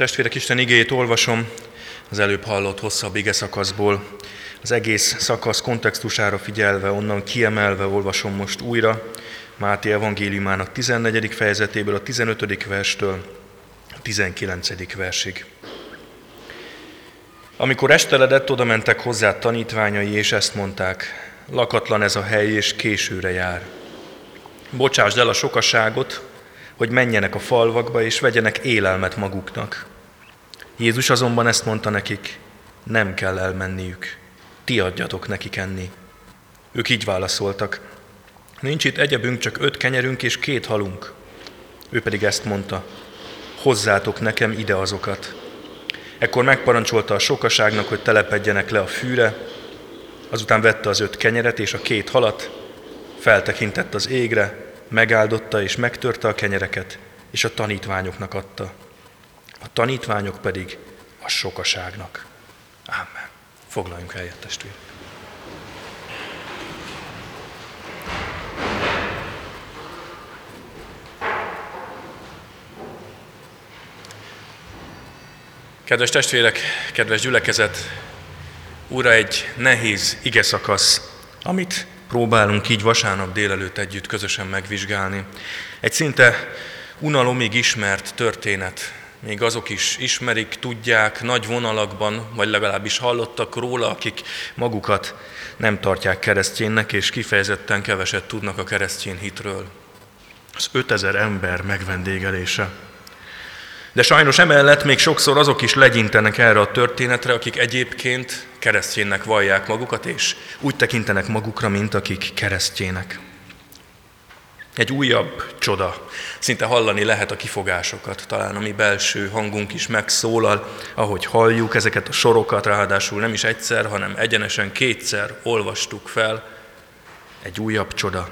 Testvérek, Isten igéjét olvasom az előbb hallott hosszabb igeszakaszból. Az egész szakasz kontextusára figyelve, onnan kiemelve olvasom most újra Máté evangéliumának 14. fejezetéből, a 15. verstől a 19. versig. Amikor esteledett, oda mentek hozzá tanítványai, és ezt mondták: lakatlan ez a hely, és későre jár. Bocsásd el a sokaságot, hogy menjenek a falvakba, és vegyenek élelmet maguknak. Jézus azonban ezt mondta nekik: nem kell elmenniük, ti adjatok nekik enni. Ők így válaszoltak: nincs itt egyebünk, csak 5 kenyerünk és 2 halunk. Ő pedig ezt mondta: hozzátok nekem ide azokat. Ekkor megparancsolta a sokaságnak, hogy telepedjenek le a fűre, azután vette az 5 kenyeret és a 2 halat, feltekintett az égre, megáldotta és megtörte a kenyereket, és a tanítványoknak adta. A tanítványok pedig a sokaságnak. Ámen. Foglaljunk helyet, testvérek. Kedves testvérek, kedves gyülekezet, újra egy nehéz igeszakasz, amit próbálunk így vasárnap délelőtt együtt közösen megvizsgálni. Egy szinte unalomig ismert történet. Még azok is ismerik, tudják nagy vonalakban, vagy legalábbis hallottak róla, akik magukat nem tartják kereszténynek, és kifejezetten keveset tudnak a keresztény hitről. Az 5000 ember megvendégelése. De sajnos emellett még sokszor azok is legyintenek erre a történetre, akik egyébként kereszténynek vallják magukat, és úgy tekintenek magukra, mint akik keresztények. Egy újabb csoda. Szinte hallani lehet a kifogásokat, talán a mi belső hangunk is megszólal, ahogy halljuk ezeket a sorokat, ráadásul nem is egyszer, hanem egyenesen 2-szer olvastuk fel. Egy újabb csoda.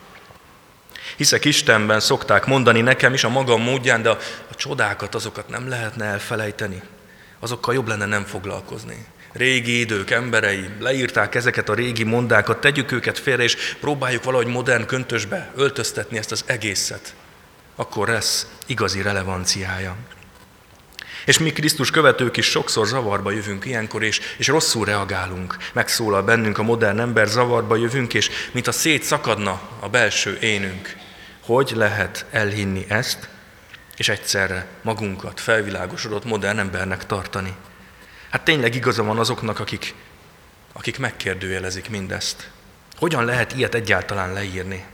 Hiszek Istenben, szokták mondani nekem is a magam módján, de a csodákat, azokat nem lehetne elfelejteni. Azokkal jobb lenne nem foglalkozni. Régi idők emberei leírták ezeket a régi mondákat, tegyük őket félre, és próbáljuk valahogy modern köntösbe öltöztetni ezt az egészet. Akkor lesz igazi relevanciája. És mi Krisztus követők is sokszor zavarba jövünk ilyenkor, és rosszul reagálunk. Megszólal bennünk a modern ember, zavarba jövünk, és mintha szétszakadna a belső énünk. Hogy lehet elhinni ezt, és egyszerre magunkat felvilágosodott modern embernek tartani? Hát tényleg igaza van azoknak, akik megkérdőjelezik mindezt. Hogyan lehet ilyet egyáltalán leírni?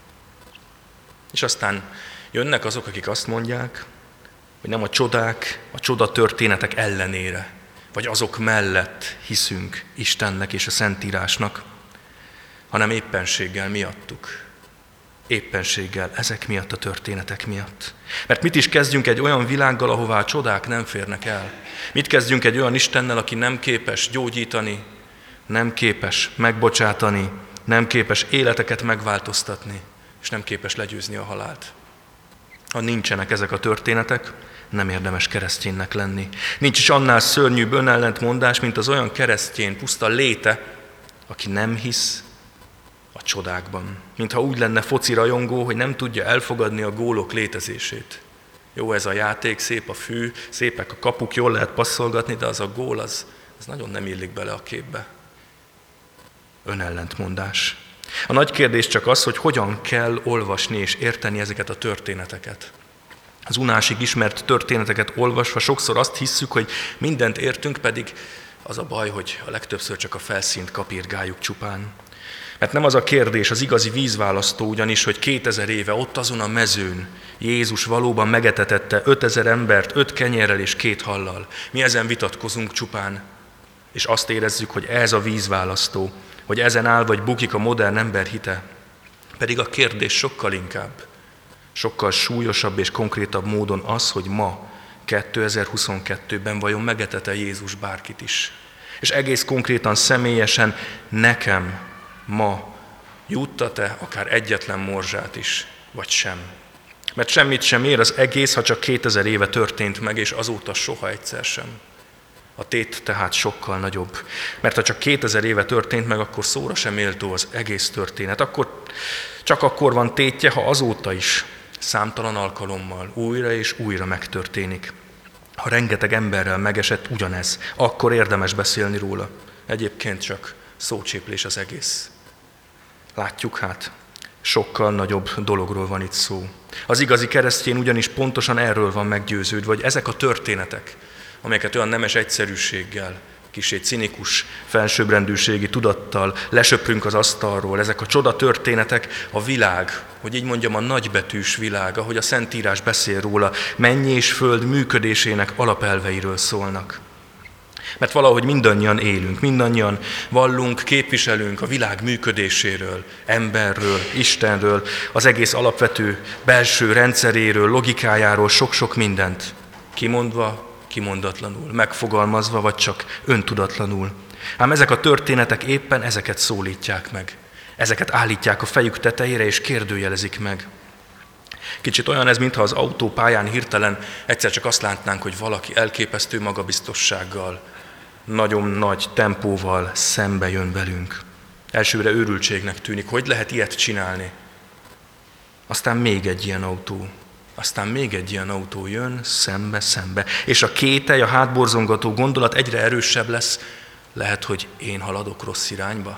És aztán jönnek azok, akik azt mondják, hogy nem a csodák, a csodatörténetek ellenére, vagy azok mellett hiszünk Istennek és a Szentírásnak, hanem éppenséggel miattuk. Éppenséggel ezek miatt, a történetek miatt. Mert mit is kezdjünk egy olyan világgal, ahová a csodák nem férnek el? Mit kezdjünk egy olyan Istennel, aki nem képes gyógyítani, nem képes megbocsátani, nem képes életeket megváltoztatni, és nem képes legyőzni a halált? Ha nincsenek ezek a történetek, nem érdemes kereszténynek lenni. Nincs is annál szörnyűbb önellentmondás, mint az olyan keresztény puszta léte, aki nem hisz a csodákban. Mintha úgy lenne foci rajongó, hogy nem tudja elfogadni a gólok létezését. Jó ez a játék, szép a fű, szépek a kapuk, jól lehet passzolgatni, de az a gól, az nagyon nem illik bele a képbe. Önellentmondás. A nagy kérdés csak az, hogy hogyan kell olvasni és érteni ezeket a történeteket. Az unásig ismert történeteket olvasva sokszor azt hisszük, hogy mindent értünk, pedig az a baj, hogy a legtöbbször csak a felszínt kapirgáljuk csupán. Mert nem az a kérdés, az igazi vízválasztó ugyanis, hogy 2000 éve ott azon a mezőn Jézus valóban megetetette 5000 embert 5 kenyérrel és 2 hallal. Mi ezen vitatkozunk csupán, és azt érezzük, hogy ez a vízválasztó, hogy ezen áll vagy bukik a modern ember hite. Pedig a kérdés sokkal inkább, sokkal súlyosabb és konkrétabb módon az, hogy ma, 2022-ben vajon megetete Jézus bárkit is. És egész konkrétan, személyesen nekem ma juttat-e akár egyetlen morzsát is, vagy sem. Mert semmit sem ér az egész, ha csak 2000 éve történt meg, és azóta soha egyszer sem. A tét tehát sokkal nagyobb. Mert ha csak 2000 éve történt meg, akkor szóra sem méltó az egész történet. Csak akkor van tétje, ha azóta is számtalan alkalommal újra és újra megtörténik. Ha rengeteg emberrel megesett ugyanez, akkor érdemes beszélni róla. Egyébként csak szócséplés az egész. Látjuk hát, sokkal nagyobb dologról van itt szó. Az igazi keresztény ugyanis pontosan erről van meggyőződve, hogy ezek a történetek, amelyeket olyan nemes egyszerűséggel, kissé cinikus, felsőbbrendűségi tudattal lesöprünk az asztalról, ezek a csoda történetek a világ, hogy így mondjam, a nagybetűs világ, ahogy a Szentírás beszél róla, menny és föld működésének alapelveiről szólnak. Mert valahogy mindannyian élünk, mindannyian vallunk, képviselünk a világ működéséről, emberről, Istenről, az egész alapvető belső rendszeréről, logikájáról, sok-sok mindent. Kimondva, kimondatlanul, megfogalmazva, vagy csak öntudatlanul. Ám ezek a történetek éppen ezeket szólítják meg. Ezeket állítják a fejük tetejére és kérdőjelezik meg. Kicsit olyan ez, mintha az autópályán hirtelen egyszer csak azt látnánk, hogy valaki elképesztő magabiztossággal, nagyon nagy tempóval szembe jön velünk. Elsőre őrültségnek tűnik, hogy lehet ilyet csinálni. Aztán még egy ilyen autó. Aztán még egy ilyen autó jön szembe, és a kételj, a hátborzongató gondolat egyre erősebb lesz, lehet, hogy én haladok rossz irányba.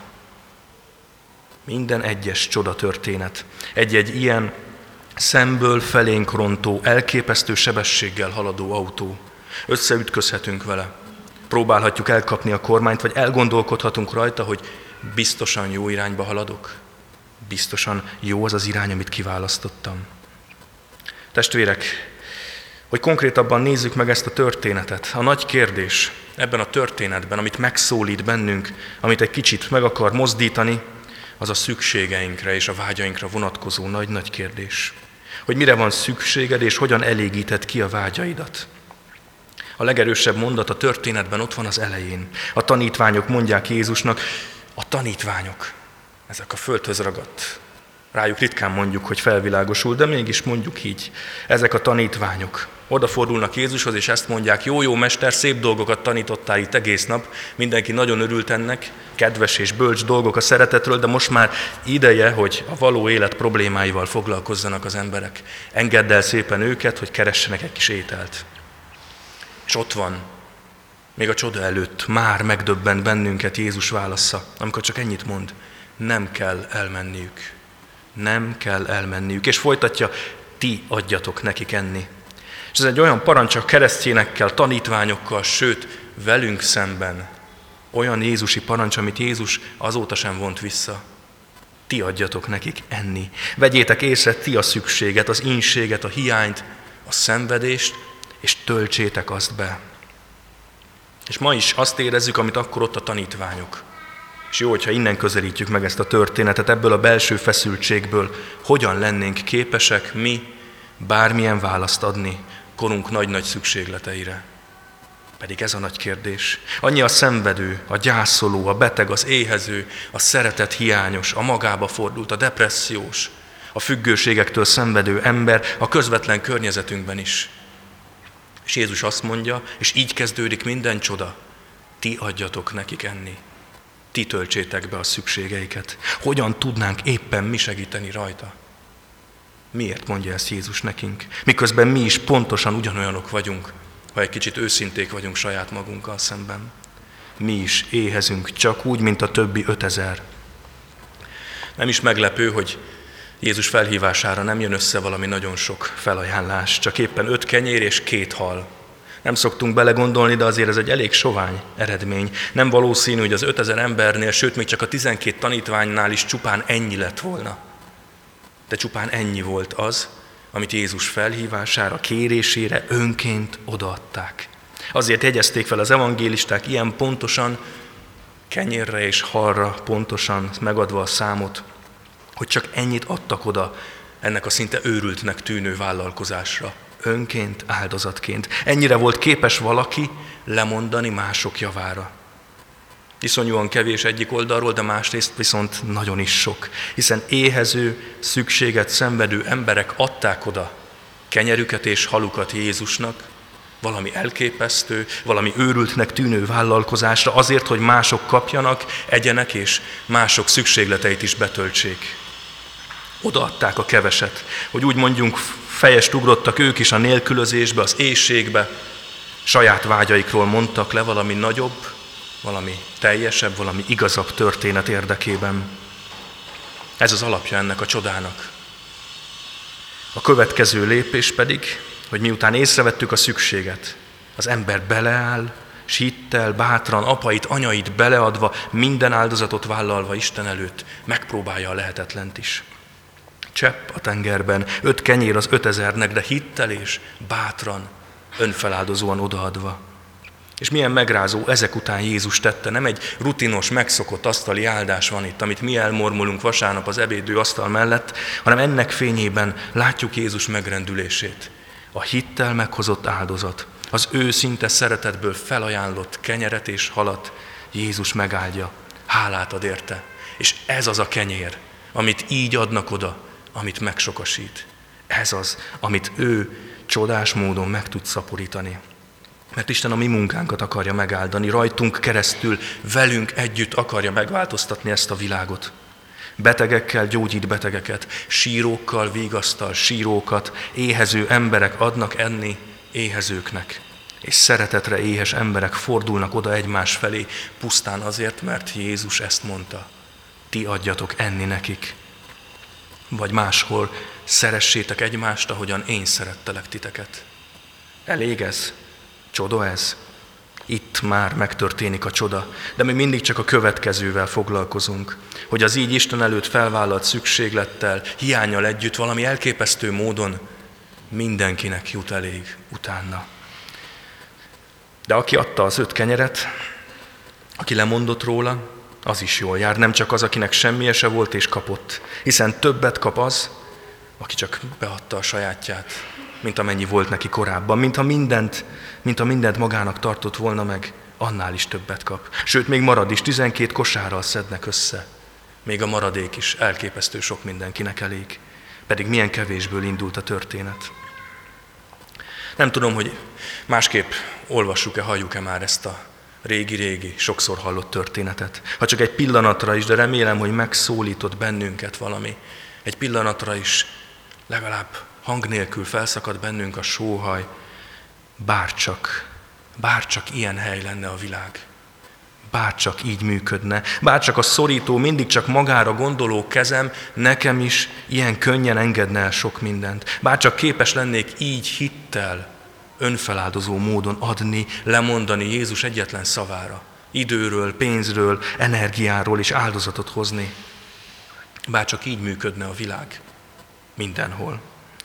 Minden egyes csodatörténet, egy-egy ilyen szemből felénk rontó, elképesztő sebességgel haladó autó. Összeütközhetünk vele, próbálhatjuk elkapni a kormányt, vagy elgondolkodhatunk rajta, hogy biztosan jó irányba haladok, biztosan jó az az irány, amit kiválasztottam. Testvérek, hogy konkrétabban nézzük meg ezt a történetet. A nagy kérdés ebben a történetben, amit megszólít bennünk, amit egy kicsit meg akar mozdítani, az a szükségeinkre és a vágyainkra vonatkozó nagy-nagy kérdés. Hogy mire van szükséged, és hogyan elégíted ki a vágyaidat. A legerősebb mondat a történetben ott van az elején. A tanítványok mondják Jézusnak, a tanítványok, ezek a földhöz ragadt. Rájuk ritkán mondjuk, hogy felvilágosul, de mégis mondjuk így. Ezek a tanítványok odafordulnak Jézushoz, és ezt mondják, jó mester, szép dolgokat tanítottál itt egész nap, mindenki nagyon örült ennek, kedves és bölcs dolgok a szeretetről, de most már ideje, hogy a való élet problémáival foglalkozzanak az emberek. Engedd el szépen őket, hogy keressenek egy kis ételt. És ott van, még a csoda előtt már megdöbbent bennünket Jézus válasza, amikor csak ennyit mond, nem kell elmenniük. Nem kell elmenniük. És folytatja, ti adjatok nekik enni. És ez egy olyan parancs a keresztényekkel, tanítványokkal, sőt, velünk szemben. Olyan jézusi parancs, amit Jézus azóta sem vont vissza. Ti adjatok nekik enni. Vegyétek észre ti a szükséget, az ínséget, a hiányt, a szenvedést, és töltsétek azt be. És ma is azt érezzük, amit akkor ott a tanítványok. És jó, hogyha innen közelítjük meg ezt a történetet, ebből a belső feszültségből, hogyan lennénk képesek mi bármilyen választ adni korunk nagy-nagy szükségleteire. Pedig ez a nagy kérdés. Annyi a szenvedő, a gyászoló, a beteg, az éhező, a szeretet hiányos, a magába fordult, a depressziós, a függőségektől szenvedő ember a közvetlen környezetünkben is. És Jézus azt mondja, és így kezdődik minden csoda, ti adjatok nekik enni. Ti töltsétek be a szükségeiket. Hogyan tudnánk éppen mi segíteni rajta? Miért mondja ezt Jézus nekünk? Miközben mi is pontosan ugyanolyanok vagyunk, ha egy kicsit őszinték vagyunk saját magunkkal szemben. Mi is éhezünk, csak úgy, mint a többi 5000. Nem is meglepő, hogy Jézus felhívására nem jön össze valami nagyon sok felajánlás, csak éppen 5 kenyér és 2 hal. Nem szoktunk belegondolni, de azért ez egy elég sovány eredmény. Nem valószínű, hogy az 5000 embernél, sőt még csak a 12 tanítványnál is csupán ennyi lett volna. De csupán ennyi volt az, amit Jézus felhívására, kérésére önként odaadták. Azért jegyezték fel az evangélisták ilyen pontosan, kenyérre és halra pontosan megadva a számot, hogy csak ennyit adtak oda ennek a szinte őrültnek tűnő vállalkozásra. Önként, áldozatként. Ennyire volt képes valaki lemondani mások javára. Iszonyúan kevés egyik oldalról, de másrészt viszont nagyon is sok. Hiszen éhező, szükséget szenvedő emberek adták oda kenyerüket és halukat Jézusnak, valami elképesztő, valami őrültnek tűnő vállalkozásra, azért, hogy mások kapjanak, egyenek és mások szükségleteit is betöltsék. Odaadták a keveset, hogy úgy mondjunk, fejest ugrottak ők is a nélkülözésbe, az éhségbe, saját vágyaikról mondtak le valami nagyobb, valami teljesebb, valami igazabb történet érdekében. Ez az alapja ennek a csodának. A következő lépés pedig, hogy miután észrevettük a szükséget, az ember beleáll, s hittel, bátran, apait, anyait beleadva, minden áldozatot vállalva Isten előtt, megpróbálja a lehetetlent is. Csepp a tengerben, 5 kenyér az 5000-nek, de hittel és bátran, önfeláldozóan odaadva. És milyen megrázó ezek után Jézus tette, nem egy rutinos, megszokott asztali áldás van itt, amit mi elmormolunk vasárnap az ebédlő asztal mellett, hanem ennek fényében látjuk Jézus megrendülését. A hittel meghozott áldozat, az őszinte szeretetből felajánlott kenyeret és halat Jézus megáldja, hálát ad érte. És ez az a kenyér, amit így adnak oda, amit megsokasít. Ez az, amit ő csodás módon meg tud szaporítani. Mert Isten a mi munkánkat akarja megáldani, rajtunk keresztül, velünk együtt akarja megváltoztatni ezt a világot. Betegekkel gyógyít betegeket, sírókkal vigasztal sírókat, éhező emberek adnak enni éhezőknek. És szeretetre éhes emberek fordulnak oda egymás felé, pusztán azért, mert Jézus ezt mondta. Ti adjatok enni nekik. Vagy máshol, szeressétek egymást, ahogyan én szerettelek titeket. Elég ez? Csoda ez? Itt már megtörténik a csoda, de mi mindig csak a következővel foglalkozunk, hogy az így Isten előtt felvállalt szükséglettel, hiánnyal együtt valami elképesztő módon mindenkinek jut elég utána. De aki adta az 5 kenyeret, aki lemondott róla, az is jól jár, nem csak az, akinek semmi se volt és kapott, hiszen többet kap az, aki csak beadta a sajátját, mint amennyi volt neki korábban, mint ha mindent magának tartott volna meg, annál is többet kap. Sőt, még marad is, 12 kosárral szednek össze. Még a maradék is elképesztő sok mindenkinek elég. Pedig milyen kevésből indult a történet. Nem tudom, hogy másképp olvassuk-e, halljuk-e már ezt a régi-régi, sokszor hallott történetet. Ha csak egy pillanatra is, de remélem, hogy megszólított bennünket valami. Egy pillanatra is legalább hang nélkül felszakad bennünk a sóhaj, bárcsak ilyen hely lenne a világ. Bárcsak így működne, bárcsak a szorító, mindig csak magára gondoló kezem nekem is ilyen könnyen engedne el sok mindent. Bárcsak képes lennék így hittel, önfeláldozó módon adni, lemondani Jézus egyetlen szavára. Időről, pénzről, energiáról és áldozatot hozni. Bárcsak így működne a világ. Mindenhol.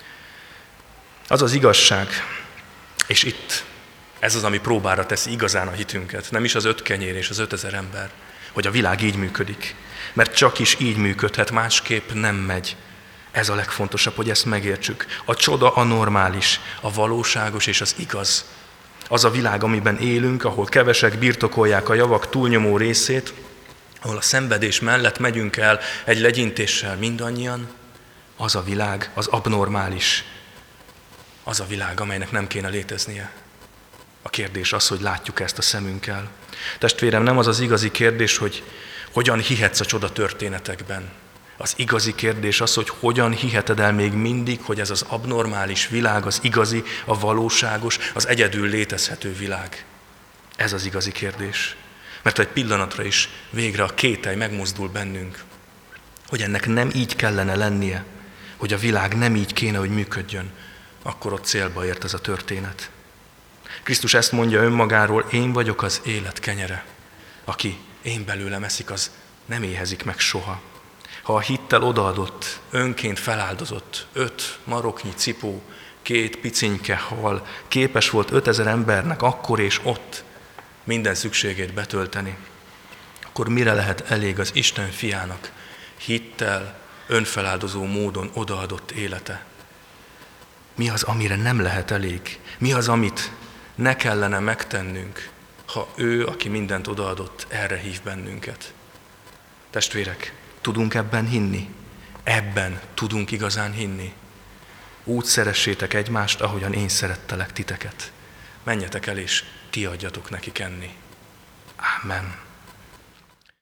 Az az igazság, és itt ez az, ami próbára teszi igazán a hitünket, nem is az 5 kenyér és az 5000 ember, hogy a világ így működik. Mert csak is így működhet, másképp nem megy. Ez a legfontosabb, hogy ezt megértsük. A csoda a normális, a valóságos és az igaz. Az a világ, amiben élünk, ahol kevesek birtokolják a javak túlnyomó részét, ahol a szenvedés mellett megyünk el egy legyintéssel mindannyian, az a világ, az abnormális. Az a világ, amelynek nem kéne léteznie. A kérdés az, hogy látjuk ezt a szemünkkel. Testvérem, nem az az igazi kérdés, hogy hogyan hihetsz a csoda történetekben. Az igazi kérdés az, hogy hogyan hiheted el még mindig, hogy ez az abnormális világ, az igazi, a valóságos, az egyedül létezhető világ. Ez az igazi kérdés. Mert egy pillanatra is végre a kételj megmozdul bennünk, hogy ennek nem így kellene lennie, hogy a világ nem így kéne, hogy működjön, akkor ott célba ért ez a történet. Krisztus ezt mondja önmagáról, én vagyok az élet kenyere. Aki én belőlem eszik, az nem éhezik meg soha. Ha a hittel odaadott, önként feláldozott 5 maroknyi cipó, 2 picinke hal képes volt 5000 embernek akkor és ott minden szükségét betölteni, akkor mire lehet elég az Isten fiának hittel, önfeláldozó módon odaadott élete? Mi az, amire nem lehet elég? Mi az, amit ne kellene megtennünk, ha ő, aki mindent odaadott, erre hív bennünket? Testvérek, tudunk ebben hinni? Ebben tudunk igazán hinni. Úgy szeressétek egymást, ahogyan én szerettelek titeket. Menjetek el, és ti adjatok nekik enni. Amen.